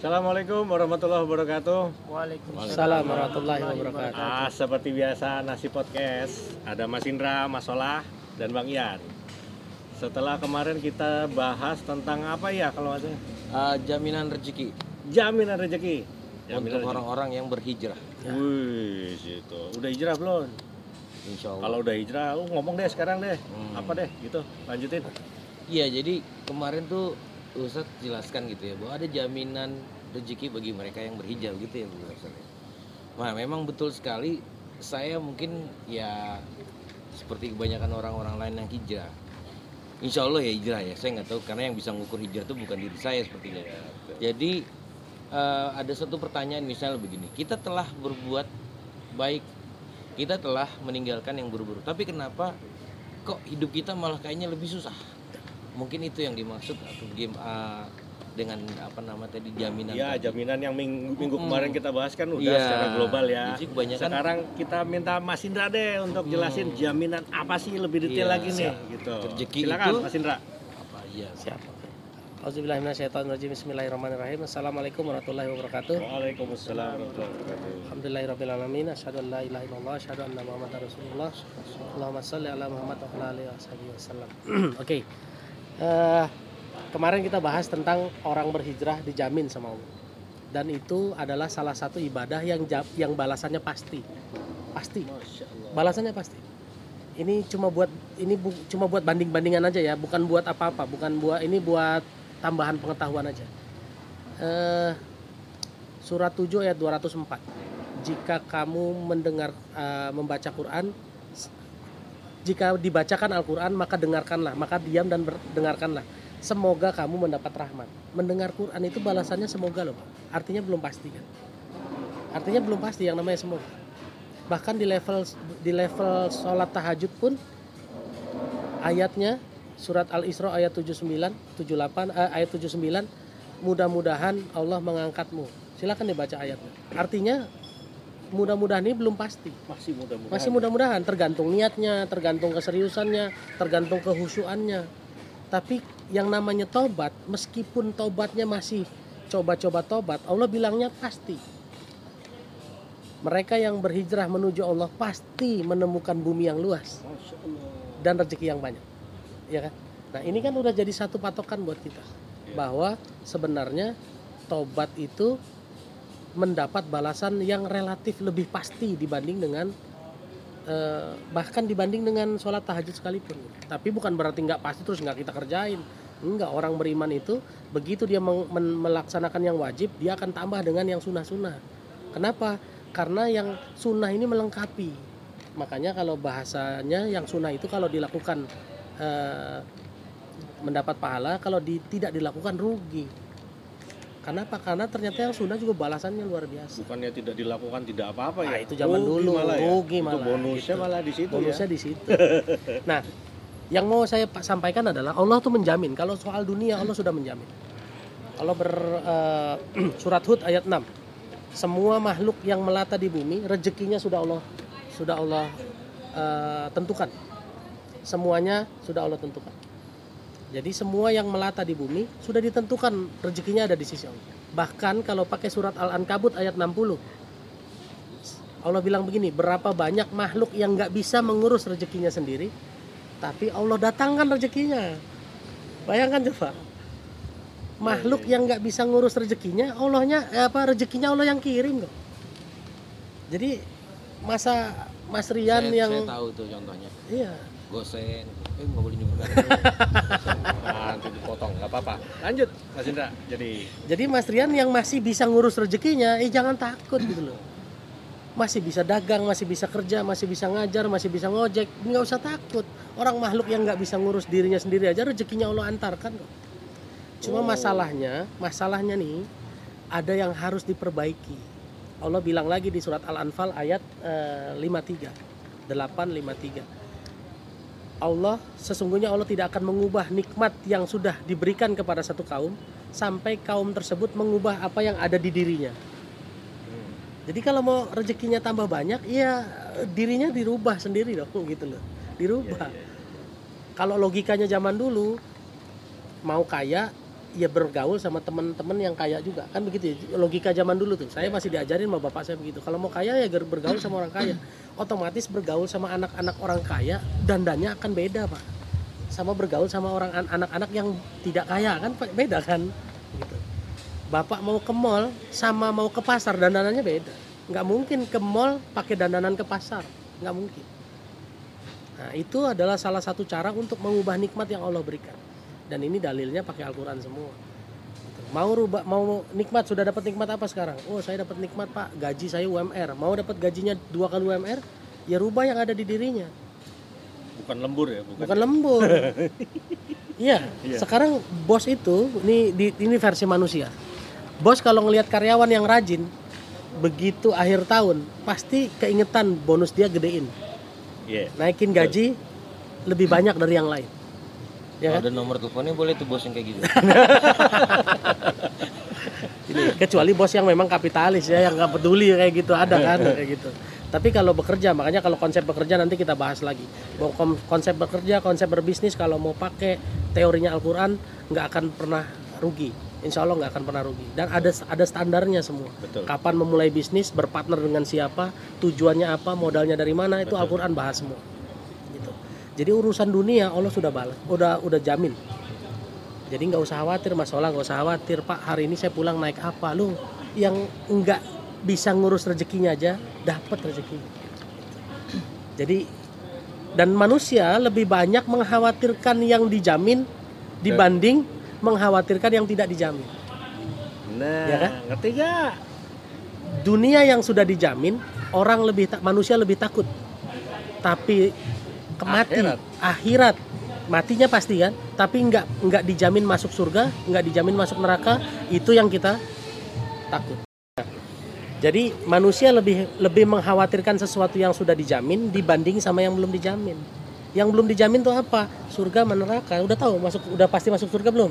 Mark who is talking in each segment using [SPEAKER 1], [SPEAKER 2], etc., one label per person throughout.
[SPEAKER 1] Assalamualaikum warahmatullahi wabarakatuh.
[SPEAKER 2] Waalaikumsalam warahmatullahi wabarakatuh.
[SPEAKER 1] Seperti biasa Nasi Podcast, ada Mas Indra, Mas Solah, dan Bang Ian. Setelah kemarin kita bahas tentang apa ya kalau maksudnya?
[SPEAKER 3] Jaminan rezeki
[SPEAKER 1] Jaminan rezeki.
[SPEAKER 3] untuk orang-orang yang berhijrah.
[SPEAKER 1] Wih, itu. Udah hijrah belum?
[SPEAKER 3] Insya Allah.
[SPEAKER 1] Kalau udah hijrah, lu ngomong deh sekarang deh. Apa deh gitu, lanjutin.
[SPEAKER 3] Iya, jadi kemarin tuh Ustadz jelaskan gitu ya, bahwa ada jaminan rezeki bagi mereka yang berhijrah gitu ya Bu Ustadz. Nah, memang betul sekali. Saya mungkin ya seperti kebanyakan orang-orang lain yang hijrah. Insya Allah ya hijrah ya. Saya nggak tahu karena yang bisa mengukur hijrah itu bukan diri saya sepertinya. Jadi ada satu pertanyaan misalnya begini, kita telah berbuat baik, kita telah meninggalkan yang buruk-buruk, tapi kenapa kok hidup kita malah kayaknya lebih susah? Mungkin itu yang dimaksud atau dengan apa nama tadi jaminan.
[SPEAKER 1] Ya,
[SPEAKER 3] tadi.
[SPEAKER 1] jaminan yang minggu kemarin kita bahas kan udah
[SPEAKER 3] Iya.
[SPEAKER 1] secara global ya.
[SPEAKER 3] Jadi kebanyakan-
[SPEAKER 1] Sekarang kita minta Mas Indra deh untuk jelasin jaminan apa sih lebih detail
[SPEAKER 3] Iya,
[SPEAKER 1] lagi nih gitu.
[SPEAKER 3] Rezeki
[SPEAKER 1] Silakan
[SPEAKER 3] itu-
[SPEAKER 1] Mas Indra.
[SPEAKER 3] Apa iya?
[SPEAKER 2] Siapa? Auzubillahiminasyaitonirrajim. Bismillahirrahmanirrahim. Assalamualaikum warahmatullahi wabarakatuh.
[SPEAKER 1] Waalaikumsalam warahmatullahi wabarakatuh.
[SPEAKER 2] Alhamdulillahirabbil alamin. Asyhadu an la ilaha illallah, asyhadu anna Muhammadar Rasulullah. Allahumma shalli ala Muhammad wa ala alihi wasallam. Oke. Kemarin kita bahas tentang orang berhijrah dijamin sama Allah. Dan itu adalah salah satu ibadah yang balasannya pasti. Pasti.
[SPEAKER 1] Masya Allah.
[SPEAKER 2] Balasannya pasti. Ini cuma buat banding-bandingan aja ya, bukan buat apa-apa, ini buat tambahan pengetahuan aja. Surat 7 ayat 204. Jika kamu membaca Quran, jika dibacakan Al-Quran maka dengarkanlah, maka diam dan dengarkanlah. Semoga kamu mendapat rahmat. Mendengar Quran itu balasannya semoga loh, Pak. Artinya belum pasti kan? Artinya belum pasti yang namanya semoga. Bahkan di level sholat tahajud pun ayatnya surat Al-Isra ayat 78 ayat 79, mudah-mudahan Allah mengangkatmu. Silakan dibaca ayatnya. Artinya mudah-mudahan ini belum pasti. Masih mudah-mudahan, tergantung niatnya, tergantung keseriusannya, tergantung kehusuannya. Tapi yang namanya tobat, meskipun tobatnya masih coba-coba tobat, Allah bilangnya pasti. Mereka yang berhijrah menuju Allah pasti menemukan bumi yang luas dan rezeki yang banyak, ya kan? Nah ini kan udah jadi satu patokan buat kita bahwa sebenarnya tobat itu mendapat balasan yang relatif lebih pasti dibanding dengan bahkan dibanding dengan sholat tahajud sekalipun. Tapi bukan berarti nggak pasti terus nggak kita kerjain. Enggak, orang beriman itu begitu dia melaksanakan yang wajib, dia akan tambah dengan yang sunnah-sunnah. Kenapa? Karena yang sunnah ini melengkapi. Makanya kalau bahasanya yang sunnah itu kalau dilakukan mendapat pahala, kalau tidak dilakukan rugi. Kenapa? Karena ternyata yang sunnah juga balasannya luar biasa.
[SPEAKER 1] Bukannya tidak dilakukan tidak apa-apa ya.
[SPEAKER 2] Nah, itu zaman dulu rugi
[SPEAKER 1] Itu
[SPEAKER 2] malah.
[SPEAKER 1] bonusnya
[SPEAKER 2] Gitu.
[SPEAKER 1] malah di situ
[SPEAKER 2] Bonusnya
[SPEAKER 1] ya.
[SPEAKER 2] di situ. Nah, yang mau saya sampaikan adalah Allah tuh menjamin. Kalau soal dunia Allah sudah menjamin. Allah surat Hud ayat 6. Semua makhluk yang melata di bumi rezekinya sudah Allah tentukan. Semuanya sudah Allah tentukan. Jadi semua yang melata di bumi sudah ditentukan rezekinya ada di sisi Allah. Bahkan kalau pakai surat Al-Ankabut ayat 60. Allah bilang begini, berapa banyak makhluk yang nggak bisa mengurus rezekinya sendiri, tapi Allah datangkan rezekinya. Bayangkan coba. Makhluk yang nggak bisa ngurus rezekinya, rezekinya Allah yang kirim kok. Jadi masa Mas Rian
[SPEAKER 3] Saya tahu tuh contohnya.
[SPEAKER 2] Iya.
[SPEAKER 3] Gosen, nggak boleh nyebut.
[SPEAKER 1] Nanti dipotong, nggak apa-apa. Lanjut Mas Indra.
[SPEAKER 2] Jadi Mas Rian yang masih bisa ngurus rezekinya, jangan takut gitu loh. Masih bisa dagang, masih bisa kerja, masih bisa ngajar, masih bisa ngojek, nggak usah takut. Orang makhluk yang nggak bisa ngurus dirinya sendiri aja rezekinya Allah antarkan kok. Cuma masalahnya nih ada yang harus diperbaiki. Allah bilang lagi di surat Al-Anfal ayat 853. Sesungguhnya Allah tidak akan mengubah nikmat yang sudah diberikan kepada satu kaum sampai kaum tersebut mengubah apa yang ada di dirinya. Jadi kalau mau rezekinya tambah banyak, ya dirinya dirubah sendiri dong gitu loh. Dirubah. Kalau logikanya zaman dulu mau kaya ya bergaul sama teman-teman yang kaya juga, kan begitu ya, logika zaman dulu tuh. Saya masih diajarin sama bapak saya begitu, kalau mau kaya ya bergaul sama orang kaya. Otomatis bergaul sama anak-anak orang kaya dandannya akan beda pak, sama bergaul sama orang anak-anak yang tidak kaya kan beda kan gitu. Bapak mau ke mall sama mau ke pasar dandanannya beda, nggak mungkin ke mall pakai dandanan ke pasar, nggak mungkin. Nah itu adalah salah satu cara untuk mengubah nikmat yang Allah berikan, dan ini dalilnya pakai Al-Quran semua. Mau nikmat, sudah dapat nikmat apa sekarang? Oh saya dapat nikmat pak, gaji saya UMR. Mau dapat gajinya 2 kali UMR, ya rubah yang ada di dirinya.
[SPEAKER 1] Bukan lembur ya,
[SPEAKER 2] Bukan lembur. Iya, sekarang bos itu, ini versi manusia. Bos kalau ngelihat karyawan yang rajin, begitu akhir tahun pasti keingetan bonus dia gedein. Naikin gaji lebih banyak dari yang lain. Ya
[SPEAKER 3] Kalau
[SPEAKER 2] kan?
[SPEAKER 3] ada nomor teleponnya boleh tuh bos yang kayak gitu.
[SPEAKER 2] Kecuali bos yang memang kapitalis ya, yang nggak peduli kayak gitu, ada kan kayak gitu. Tapi kalau bekerja, makanya kalau konsep bekerja nanti kita bahas lagi. Mau konsep bekerja, konsep berbisnis, kalau mau pakai teorinya Al-Quran nggak akan pernah rugi. Insya Allah nggak akan pernah rugi. Dan ada standarnya semua.
[SPEAKER 1] Betul.
[SPEAKER 2] Kapan memulai bisnis, berpartner dengan siapa, tujuannya apa, modalnya dari mana, itu Al-Quran bahas semua. Gitu. Jadi urusan dunia Allah sudah balas, udah jamin. Jadi nggak usah khawatir masalah, nggak usah khawatir Pak. Hari ini saya pulang naik apa, lu yang nggak bisa ngurus rezekinya aja dapat rezekinya. Jadi dan manusia lebih banyak mengkhawatirkan yang dijamin dibanding mengkhawatirkan yang tidak dijamin.
[SPEAKER 1] Nah,
[SPEAKER 2] Ya kan?
[SPEAKER 1] ngerti gak?
[SPEAKER 2] Dunia yang sudah dijamin, manusia lebih takut. Tapi akhirat matinya pasti kan, tapi nggak dijamin masuk surga, nggak dijamin masuk neraka, itu yang kita takut. Jadi manusia lebih mengkhawatirkan sesuatu yang sudah dijamin dibanding sama yang belum dijamin. Yang belum dijamin tuh apa? Surga sama neraka. Udah tahu udah pasti masuk surga belum?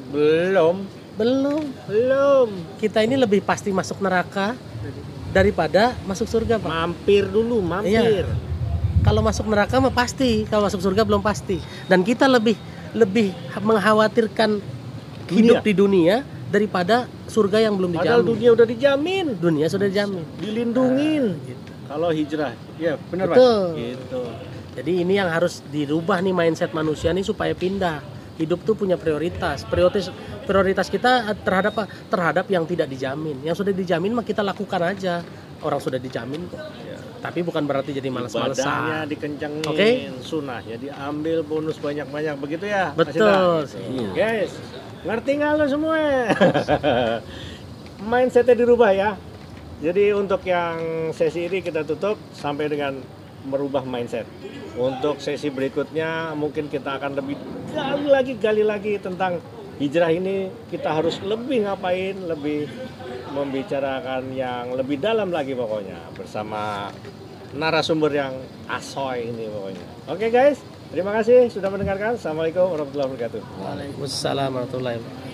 [SPEAKER 2] Belum. Kita ini lebih pasti masuk neraka daripada masuk surga, Pak.
[SPEAKER 1] Mampir dulu.
[SPEAKER 2] Iya. Kalau masuk neraka mah pasti, kalau masuk surga belum pasti. Dan kita lebih mengkhawatirkan hidup di dunia daripada surga yang belum dijamin.
[SPEAKER 1] Padahal dunia udah dijamin.
[SPEAKER 2] Dunia sudah dijamin.
[SPEAKER 1] Dilindungin.
[SPEAKER 2] Gitu.
[SPEAKER 1] Kalau hijrah, ya benar Pak.
[SPEAKER 2] Betul.
[SPEAKER 1] Gitu.
[SPEAKER 2] Jadi ini yang harus dirubah nih mindset manusia nih supaya pindah. Hidup tuh punya prioritas. Prioritas kita terhadap yang tidak dijamin. Yang sudah dijamin mah kita lakukan aja. Orang sudah dijamin kok.
[SPEAKER 1] Ya.
[SPEAKER 2] Tapi bukan berarti jadi
[SPEAKER 1] Ibadahnya
[SPEAKER 2] malas-malesan.
[SPEAKER 1] dikencengin, sunahnya diambil, bonus banyak-banyak begitu ya.
[SPEAKER 2] Betul.
[SPEAKER 1] Mas Indra? Guys, ngerti nggak lo semua? Mindsetnya dirubah ya. Jadi untuk yang sesi ini kita tutup sampai dengan merubah mindset. Untuk sesi berikutnya mungkin kita akan lebih gali lagi tentang hijrah ini, kita harus lebih ngapain, lebih membicarakan yang lebih dalam lagi pokoknya bersama narasumber yang asoy ini pokoknya. Oke guys, terima kasih sudah mendengarkan. Assalamualaikum warahmatullahi wabarakatuh.
[SPEAKER 2] Waalaikumsalam warahmatullahi wabarakatuh.